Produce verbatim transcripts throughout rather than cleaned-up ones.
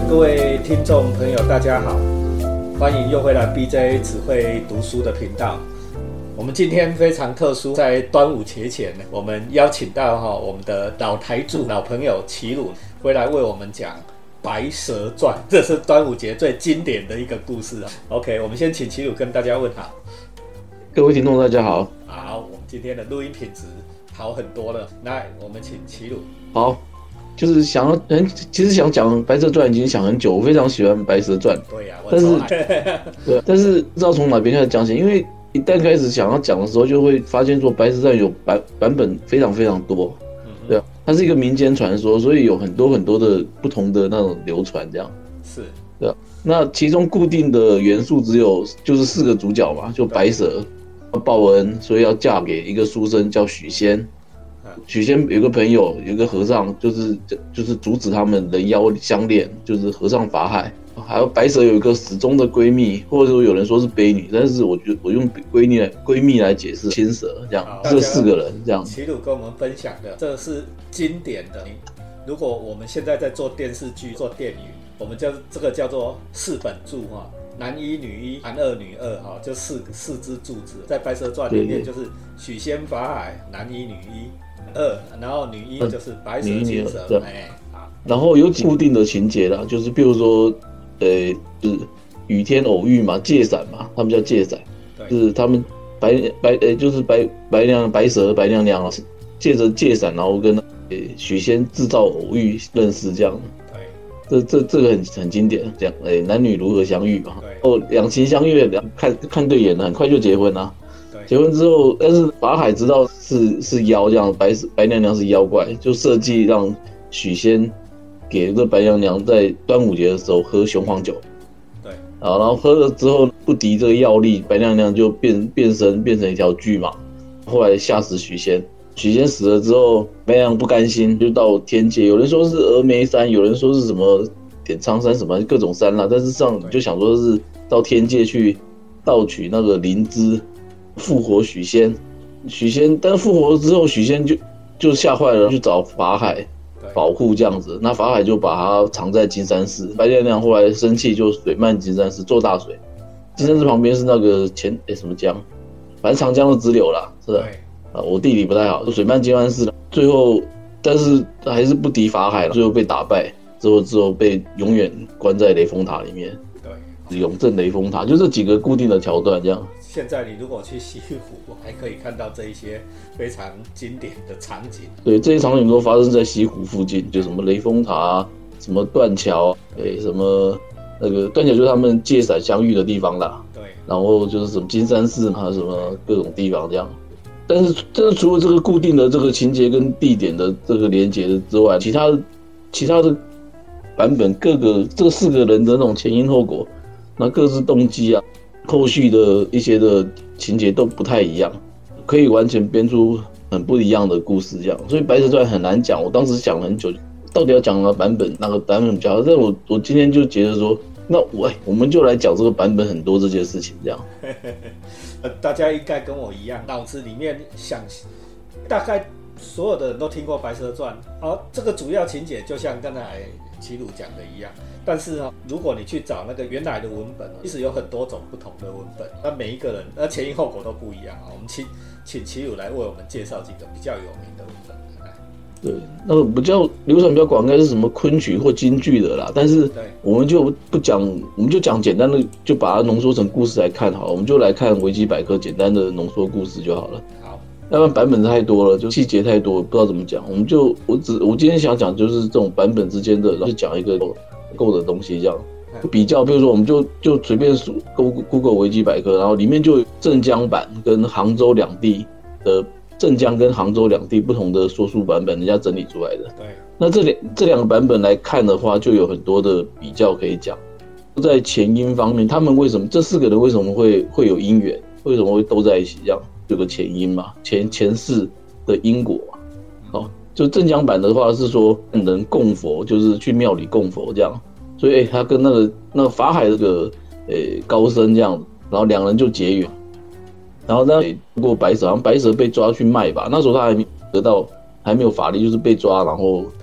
各位听众朋友大家好，欢迎又回来 B J 只会读书的频道。我们今天非常特殊，在端午节前，我们邀请到我们的老台柱老朋友齐鲁回来为我们讲《白蛇传》，这是端午节最经典的一个故事。 OK， 我们先请齐鲁跟大家问好。 各位听众大家好。 好，我们今天的录音品质好很多了，那我们请齐鲁。 好，就是想要，嗯，其实想讲《白蛇传》已经想很久，我非常喜欢《白蛇传》。 对呀、啊，我但是对， 但是不知道从哪边开始讲起，因为一旦开始想要讲的时候，就会发现说《白蛇传》有版版本非常非常多，对啊，它是一个民间传说，所以有很多很多的不同的那种流传，这样是， 对啊。那其中固定的元素只有就是四个主角嘛，就白蛇要报恩，所以要嫁给一个书生叫许仙。许仙有个朋友，有个和尚，就是就是阻止他们人妖相恋，就是和尚法海。还有白蛇有一个死忠的闺蜜，或者说有人说是悲女，但是我觉得我用闺蜜来闺蜜来解释青蛇，这样这四个人这样。 齐鲁跟我们分享的，这是经典的。如果我们现在在做电视剧、做电影，我们叫这个叫做四本柱哈，男一、女一、男二、女二哈，就四四支柱子。在《白蛇传》里面就是许仙、法海，男一、女一。二，然后女一就是白蛇、青蛇，哎，好。 然后有固定的情节啦，就是比如说，呃，就是雨天偶遇嘛，借伞嘛，他们叫借伞，就是他们白白呃，就是白白娘白蛇白娘娘借着借伞，然后跟呃许仙制造偶遇认识这样。对，这这这个很很经典，这样，哎，男女如何相遇嘛？对，哦，两情相悦，两看看对眼了，很快就结婚啦。结婚之后，但是法海知道是是妖，这样白白娘娘是妖怪，就设计让许仙给这白娘娘在端午节的时候喝雄黄酒。对，啊，然后喝了之后不敌这个药力，白娘娘就变变身变成一条巨蟒，后来吓死许仙。许仙死了之后，白娘娘不甘心，就到天界，有人说是峨眉山，有人说是什么点苍山什么各种山啦，但是上就想说是到天界去盗取那个灵芝。复活许仙，许仙，但是复活之后，许仙就就吓坏了，去找法海保护这样子。那法海就把他藏在金山寺。白娘娘后来生气，就水漫金山寺做大水。金山寺旁边是那个前诶、欸、什么江，反正长江的支流啦，是的。啊，我地理不太好，水漫金山寺。最后，但是还是不敌法海了，最后被打败。之后之后被永远关在雷峰塔里面。对，永镇雷峰塔，就这几个固定的桥段这样。 现在你如果去西湖，还可以看到这一些非常经典的场景。 对，这些场景都发生在西湖附近，就什么雷峰塔、啊、什么断桥，哎，什么那个断桥就是他们借伞相遇的地方啦。对，然后就是什么金山寺啊，什么各种地方这样。但是，但是除了这个固定的这个情节跟地点的这个连结的之外，其他其他的版本各个这四个人的那种前因后果，那各自动机啊。后续的一些的情节都不太一样，可以完全编出很不一样的故事，这样，所以《白蛇传》很难讲。我当时想了很久，到底要讲哪个版本，哪个版本比较好？但我我今天就觉得说，那我我们就来讲这个版本很多这件事情，这样。 大家应该跟我一样，脑子里面想，大概所有的人都听过《白蛇传》，而这个主要情节就像刚才齐鲁讲的一样。但是啊，如果你去找那个原来的文本，其实有很多种不同的文本，那每一个人，那前因后果都不一样啊。我们请请齐鲁来为我们介绍几个比较有名的文本。 对，那个比较流传比较广，应该是什么昆曲或京剧的啦。但是我们就不讲，我们就讲简单的，就把它浓缩成故事来看好了。我们就来看维基百科简单的浓缩故事就好了。好，要不然版本太多了，就细节太多，不知道怎么讲。我们就我只我今天想讲就是这种版本之间的，然后就讲一个够的东西，这样比较，比如说我们就就随便搜 Google 维基百科，然后里面就有镇江版跟杭州两地的镇江跟杭州两地不同的说书版本，人家整理出来的。对，那这两这两个版本来看的话，就有很多的比较可以讲。在前因方面，他们为什么这四个人为什么会会有姻缘，为什么会斗在一起，这样有个前因嘛，前前世的因果嘛。好。就镇江版的话是说人供佛，就是去庙里供佛这样，所以、欸、他跟那个那个法海这个呃、欸、高僧这样，然后两人就结缘，然后呢通过白蛇，好像白蛇被抓去卖吧，那时候他还没得到，还没有法力，就是被抓，然后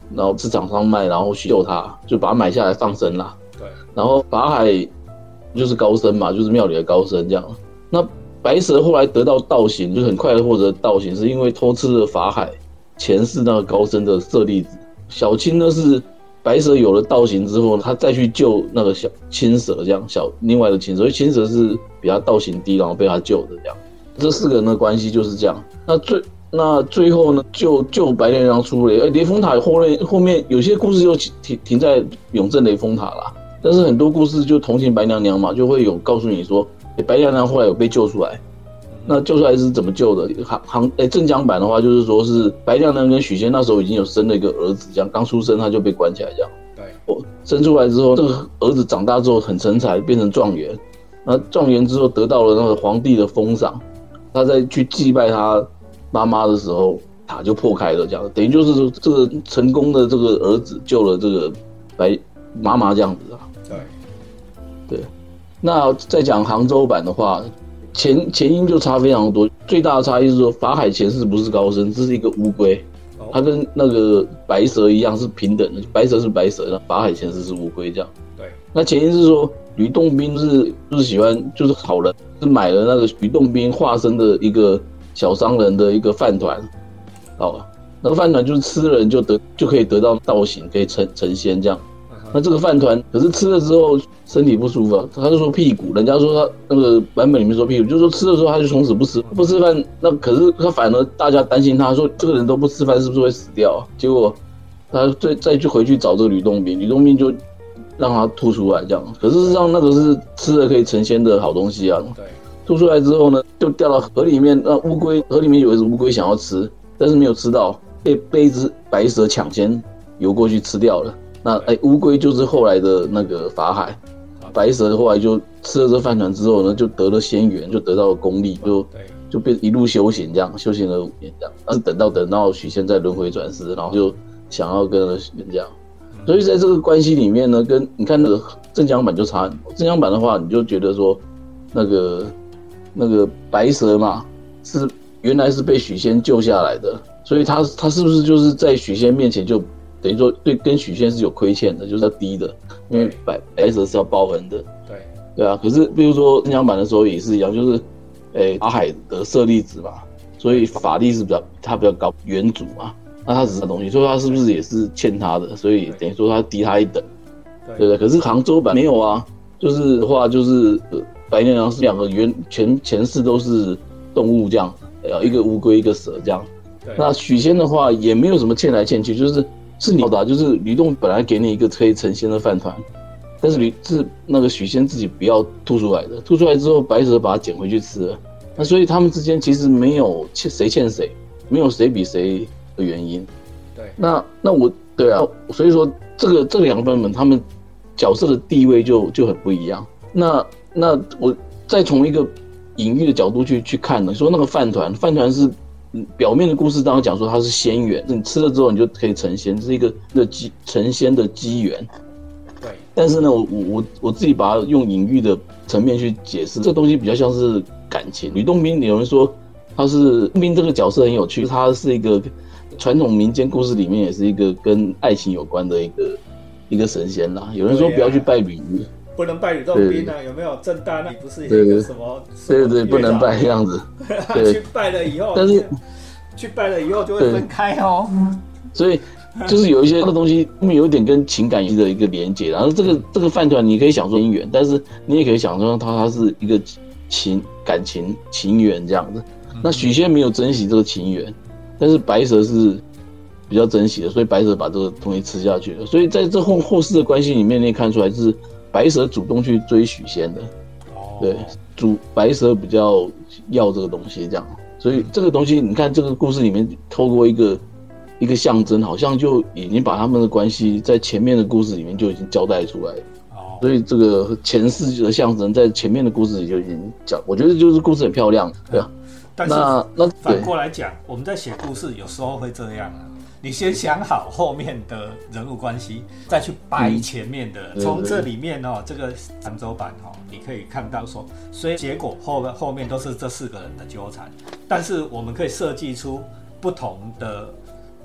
然后市场上卖，然后去救他，就把他买下来放生啦。 对， 然后法海就是高僧嘛，就是庙里的高僧这样。那白蛇后来得到道行，就很快的获得道行，是因为偷吃了法海前世那个高僧的舍利子。小青呢是白蛇有了道行之后，他再去救那个小青蛇，这样小另外的青蛇，所以青蛇是比他道行低，然后被他救的这样。这四个人的关系就是这样。那最那最后呢，救救白娘娘出雷。哎，雷峰塔后面后面有些故事就停停在永镇雷峰塔啦，但是很多故事就同情白娘娘嘛，就会有告诉你说，哎，白娘娘后来有被救出来。那救出来是怎么救的？行行，哎，正讲版的话就是说是白娘娘跟许仙那时候已经有生了一个儿子，这样刚出生他就被关起来这样。 对， 哦，生出来之后，这个儿子长大之后很成才，变成状元。那状元之后得到了那个皇帝的封赏，他在去祭拜他妈妈的时候，塔就破开了，这样等于就是这个成功的这个儿子救了这个白妈妈这样子啊。对，对。那再讲杭州版的话。前前因就差非常多，最大的差异是说法海前世不是高僧，这是一个乌龟，它跟那个白蛇一样是平等的，白蛇是白蛇，法海前世是乌龟这样。 对， 那前因是说吕洞宾是就是喜欢就是好人，是买了那个吕洞宾化身的一个小商人的一个饭团，好，那个饭团就是吃了人就得就可以得到道行，可以成成仙这样。那这个饭团可是吃了之后身体不舒服啊，他就说屁股，人家说他那个版本里面说屁股，就是说吃的时候他就从此不吃不吃饭，那可是他反而大家担心他说这个人都不吃饭是不是会死掉啊？结果他再再去回去找这个吕洞宾，吕洞宾就让他吐出来这样，可是事实上那个是吃了可以成仙的好东西啊。对，吐出来之后呢，就掉到河里面，那乌龟河里面有一只乌龟想要吃，但是没有吃到，被被一只白蛇抢先游过去吃掉了。那哎，乌龟就是后来的那个法海，白蛇后来就吃了这饭团之后呢，就得了仙缘，就得到了功力，就就变一路修行这样，修行了五年这样。但是等到等到许仙在轮回转世，然后就想要跟人这样，所以在这个关系里面呢，跟你看那个正讲版就差很多。正讲版的话，你就觉得说那个那个白蛇嘛，是原来是被许仙救下来的，所以他他是不是就是在许仙面前就等于说对跟许仙是有亏欠的，就是要低的，因为白白蛇是要报恩的。对对啊，可是比如说正讲版的时候也是一样，就是诶法海的舍利子嘛，所以法力是比较他比较高，元祖嘛，那他只是东西，所以他是不是也是欠他的？所以等于说他低他一等，对不对？可是杭州版没有啊，就是的话就是、呃、白娘娘是两个原前前世都是动物这样，呃一个乌龟一个蛇这样。那许仙的话也没有什么欠来欠去，就是。是你的、啊，就是吕洞本来给你一个可以成仙的饭团，但是吕是那个许仙自己不要吐出来的，吐出来之后白蛇把它捡回去吃了，那所以他们之间其实没有欠谁欠谁，没有谁比谁的原因。对，那那我对啊，所以说这个这两个版本他们角色的地位就就很不一样。那那我再从一个隐喻的角度去去看呢，说那个饭团，饭团是。表面的故事当然讲说它是仙缘，你吃了之后你就可以成仙，这是一个一个机成仙的机缘。对，但是呢，我我我自己把它用隐喻的层面去解释，这东西比较像是感情。吕洞宾有人说他是洞宾这个角色很有趣，他是一个传统民间故事里面也是一个跟爱情有关的一个一个神仙啦。有人说不要去拜吕。 不能拜吕洞宾啊，有没有？正大那里不是有一个什么？ 对对对，不能拜这样子。 去拜了以后，但是去拜了以后就会分开哦。 所以就是有一些东西，他们有一点跟情感的一个连结。然后这个这个饭团，你可以想说姻缘，但是你也可以想说它它是一个情感情情缘这样子。那许仙没有珍惜这个情缘，但是白蛇是比较珍惜的，所以白蛇把这个东西吃下去了。所以在这后后世的关系里面，你也看出来是。白蛇主动去追许仙的，对，主白蛇比较要这个东西，这样，所以这个东西，你看这个故事里面透过一个一个象征，好像就已经把他们的关系在前面的故事里面就已经交代出来了。哦，所以这个前世的象征在前面的故事里就已经讲，我觉得就是故事很漂亮，对啊。 但是那那反过来讲，我们在写故事有时候会这样啊。你先想好后面的人物关系，再去掰前面的。从、嗯、这里面哦，这个杭州版哦，你可以看到说，所以结果后后面都是这四个人的纠缠，但是我们可以设计出不同的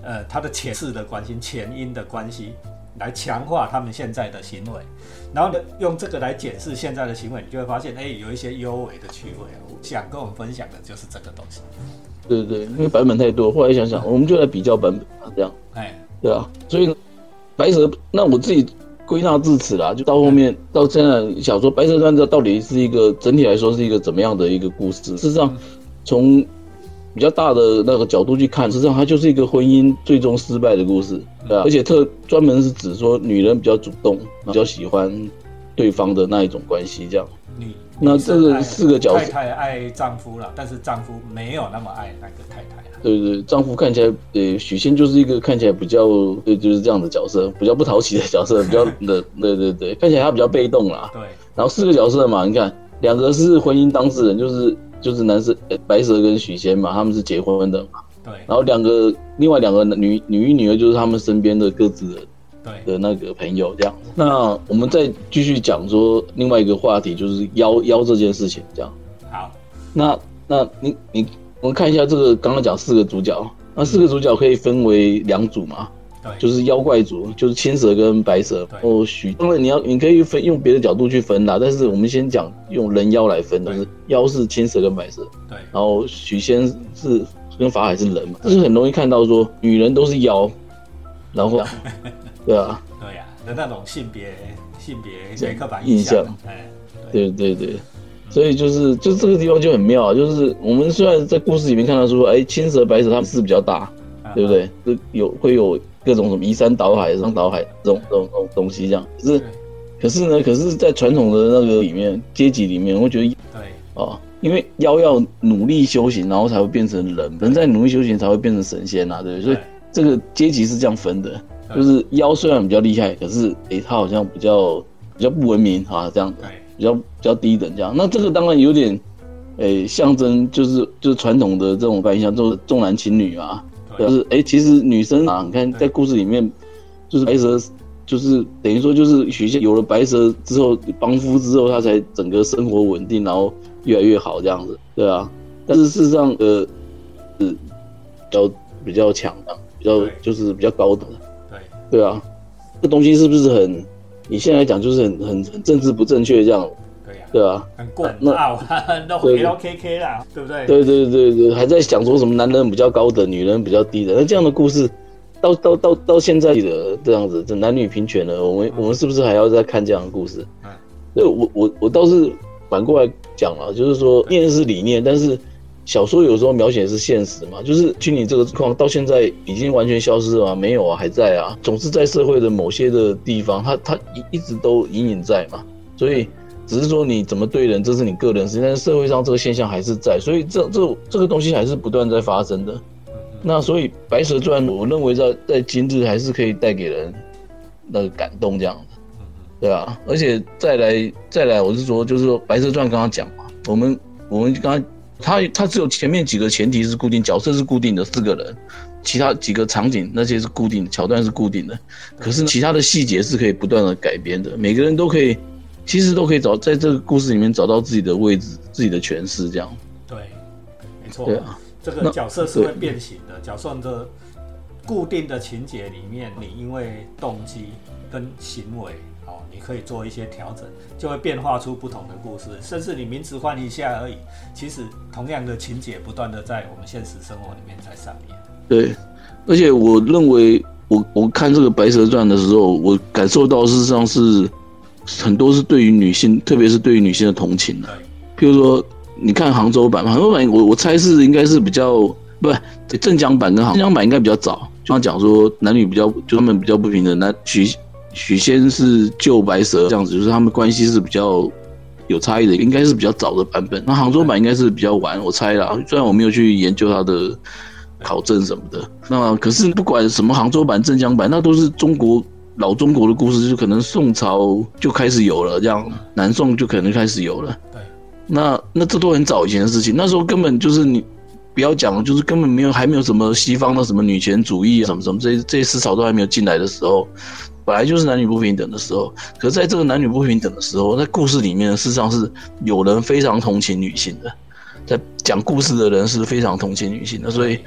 呃他的前世的关系、前因的关系，来强化他们现在的行为，然后呢用这个来检视现在的行为，你就会发现，哎，有一些幽微的趣味。我想跟我们分享的就是这个东西。 对对，因为版本太多，后来想想，我们就来比较版本啊，这样。哎，对啊，所以白蛇，那我自己归纳至此啦，就到后面到现在想说，《白蛇传》这到底是一个整体来说是一个怎么样的一个故事？事实上，从比较大的那个角度去看，实际上它就是一个婚姻最终失败的故事，对啊，而且特专门是指说女人比较主动，比较喜欢对方的那一种关系，这样。 女那这个四个角色， 太太爱丈夫了，但是丈夫没有那么爱那个太太了。 对对，丈夫看起来，呃，许仙就是一个看起来比较，对，就是这样的角色，比较不讨喜的角色，比较的，对对对，看起来他比较被动啦。 对。 然后四个角色嘛，你看，两个是婚姻当事人，就是就是男生白蛇跟许仙嘛，他们是结婚的嘛。 对。 然后两个，另外两个女女一女二就是他们身边的各自的。 对的那个朋友这样，那我们再继续讲说另外一个话题，就是妖妖这件事情这样。 好， 那那你你我们看一下这个，刚刚讲四个主角，那四个主角可以分为两组嘛？ 对， 就是妖怪组，就是青蛇跟白蛇。哦，许当然你要你可以分用别的角度去分啦，但是我们先讲用人妖来分，就是妖是青蛇跟白蛇。 对， 然后许仙是跟法海是人嘛，就是很容易看到说女人都是妖，然后。对啊， 对呀、啊，的那种性别性别刻板印象，哎， 对对对，所以就是就这个地方就很妙啊，就是我们虽然在故事里面看到说，哎，青蛇白蛇他们是比较大，啊、对不对？就有会有各种什么移山倒海、上倒海这种这种这种东西这样，可是可是呢，可是在传统的那个里面阶级里面，我会觉得对哦，因为妖要努力修行，然后才会变成人，人在努力修行才会变成神仙啊，对不对？所以这个阶级是这样分的。就是妖虽然比较厉害，可是诶、欸，他好像比较比较不文明啊，这样子，比较比较低等这样。那这个当然有点诶、欸、象征，就是就是传统的这种印象，就是重男轻女嘛。就是诶、欸，其实女生啊，你看在故事里面，就是白蛇，就是等于说就是许仙有了白蛇之后，帮夫之后，他才整个生活稳定，然后越来越好这样子，对啊。但是事实上，呃，是比较比较强的，比较就是比较高等的。对啊，这东西是不是很？你现在来讲就是很很很政治不正确这样？ 对呀、啊， 对啊， 很过分啊，都 L K K 啦，对不对？ 对对对对，还在想说什么男人比较高等，女人比较低等，那这样的故事，到到到到现在的这样子，这男女平权了，我们、嗯、我们是不是还要再看这样的故事？嗯，对我我我倒是反过来讲了，就是说念是理念，但是。小说有时候描写是现实嘛，就是去你这个况到现在已经完全消失了吗？没有啊，还在啊，总是在社会的某些的地方，它它一直都隐隐在嘛。所以只是说你怎么对人，这是你个人事情，但是社会上这个现象还是在，所以这这这个东西还是不断在发生的。那所以《白蛇传》，我认为在在今日还是可以带给人那个感动这样子，对啊。而且再来再来，我是说，就是说《白蛇传》刚刚讲嘛，我们我们刚刚。他他只有前面几个前提是固定，角色是固定的四个人，其他几个场景那些是固定的，桥段是固定的，可是其他的细节是可以不断的改编的，每个人都可以，其实都可以找在这个故事里面找到自己的位置，自己的诠释这样。 对，没错。对啊，这个角色是会变形的，角色的固定的情节里面，你因为动机跟行为。你可以做一些调整，就会变化出不同的故事，甚至你名词换一下而已。其实同样的情节不断的在我们现实生活里面在上演。 对，而且我认为我我看这个《白蛇传》的时候，我感受到事实上是很多是对于女性，特别是对于女性的同情的。譬如说，你看杭州版，杭州版我我猜是应该是比较不是镇江版跟杭镇江版应该比较早，就像讲说男女比较就他们比较不平等，那许。许仙是救白蛇这样子，就是他们关系是比较有差异的，应该是比较早的版本。那杭州版应该是比较晚，我猜啦。虽然我没有去研究它的考证什么的。那可是不管什么杭州版、镇江版，那都是中国老中国的故事，就可能宋朝就开始有了，这样南宋就可能开始有了。对，那那这都很早以前的事情，那时候根本就是你不要讲，就是根本没有还没有什么西方的什么女权主义啊，什么什么这些这些思潮都还没有进来的时候。本来就是男女不平等的时候，可是在这个男女不平等的时候，在故事里面事实上是有人非常同情女性的，在讲故事的人是非常同情女性的，所以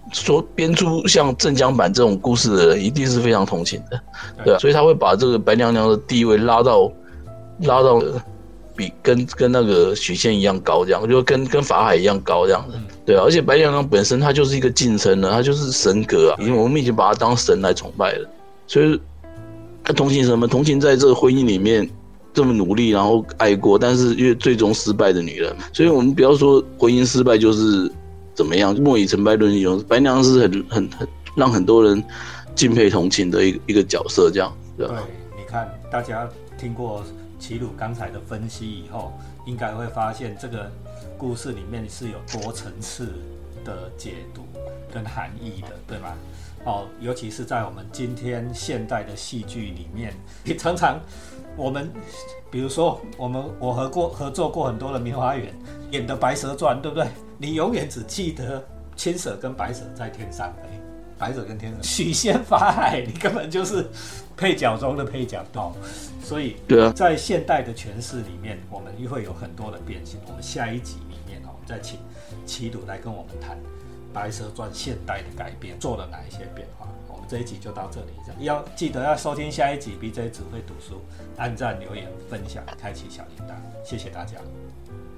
说编出像郑江版这种故事的人，一定是非常同情的，对啊，所以他会把这个白娘娘的地位拉到拉到比跟跟那个许仙一样高，这样就跟跟法海一样高这样子，对啊，而且白娘娘本身她就是一个晋升了，她就是神格啊，已经我们已经把她当神来崇拜了，所以他同情什么？同情在这个婚姻里面这么努力，然后爱过，但是因为最终失败的女人，所以我们不要说婚姻失败就是怎么样，莫以成败论英雄。白娘是很很很让很多人敬佩同情的一个一个角色，这样对吧？ 对，你看大家听过齐鲁刚才的分析以后，应该会发现这个故事里面是有多层次的解读跟含义的，对吗？哦，尤其是在我们今天现代的戏剧里面，常常我们比如说我们我合过合作过很多的明华园演的《白蛇传》，对不对？你永远只记得青蛇跟白蛇在天上而已，白蛇跟天蛇，许仙法海，你根本就是配角中的配角哦。所以，在现代的诠释里面，我们会有很多的变形。我们下一集里面，我们再请齐鲁来跟我们谈《白蛇传》现代的改变做了哪一些变化。我们这一集就到这里，要记得要收听下一集 B J 只会读书，按赞、留言、分享、开启小铃铛，谢谢大家。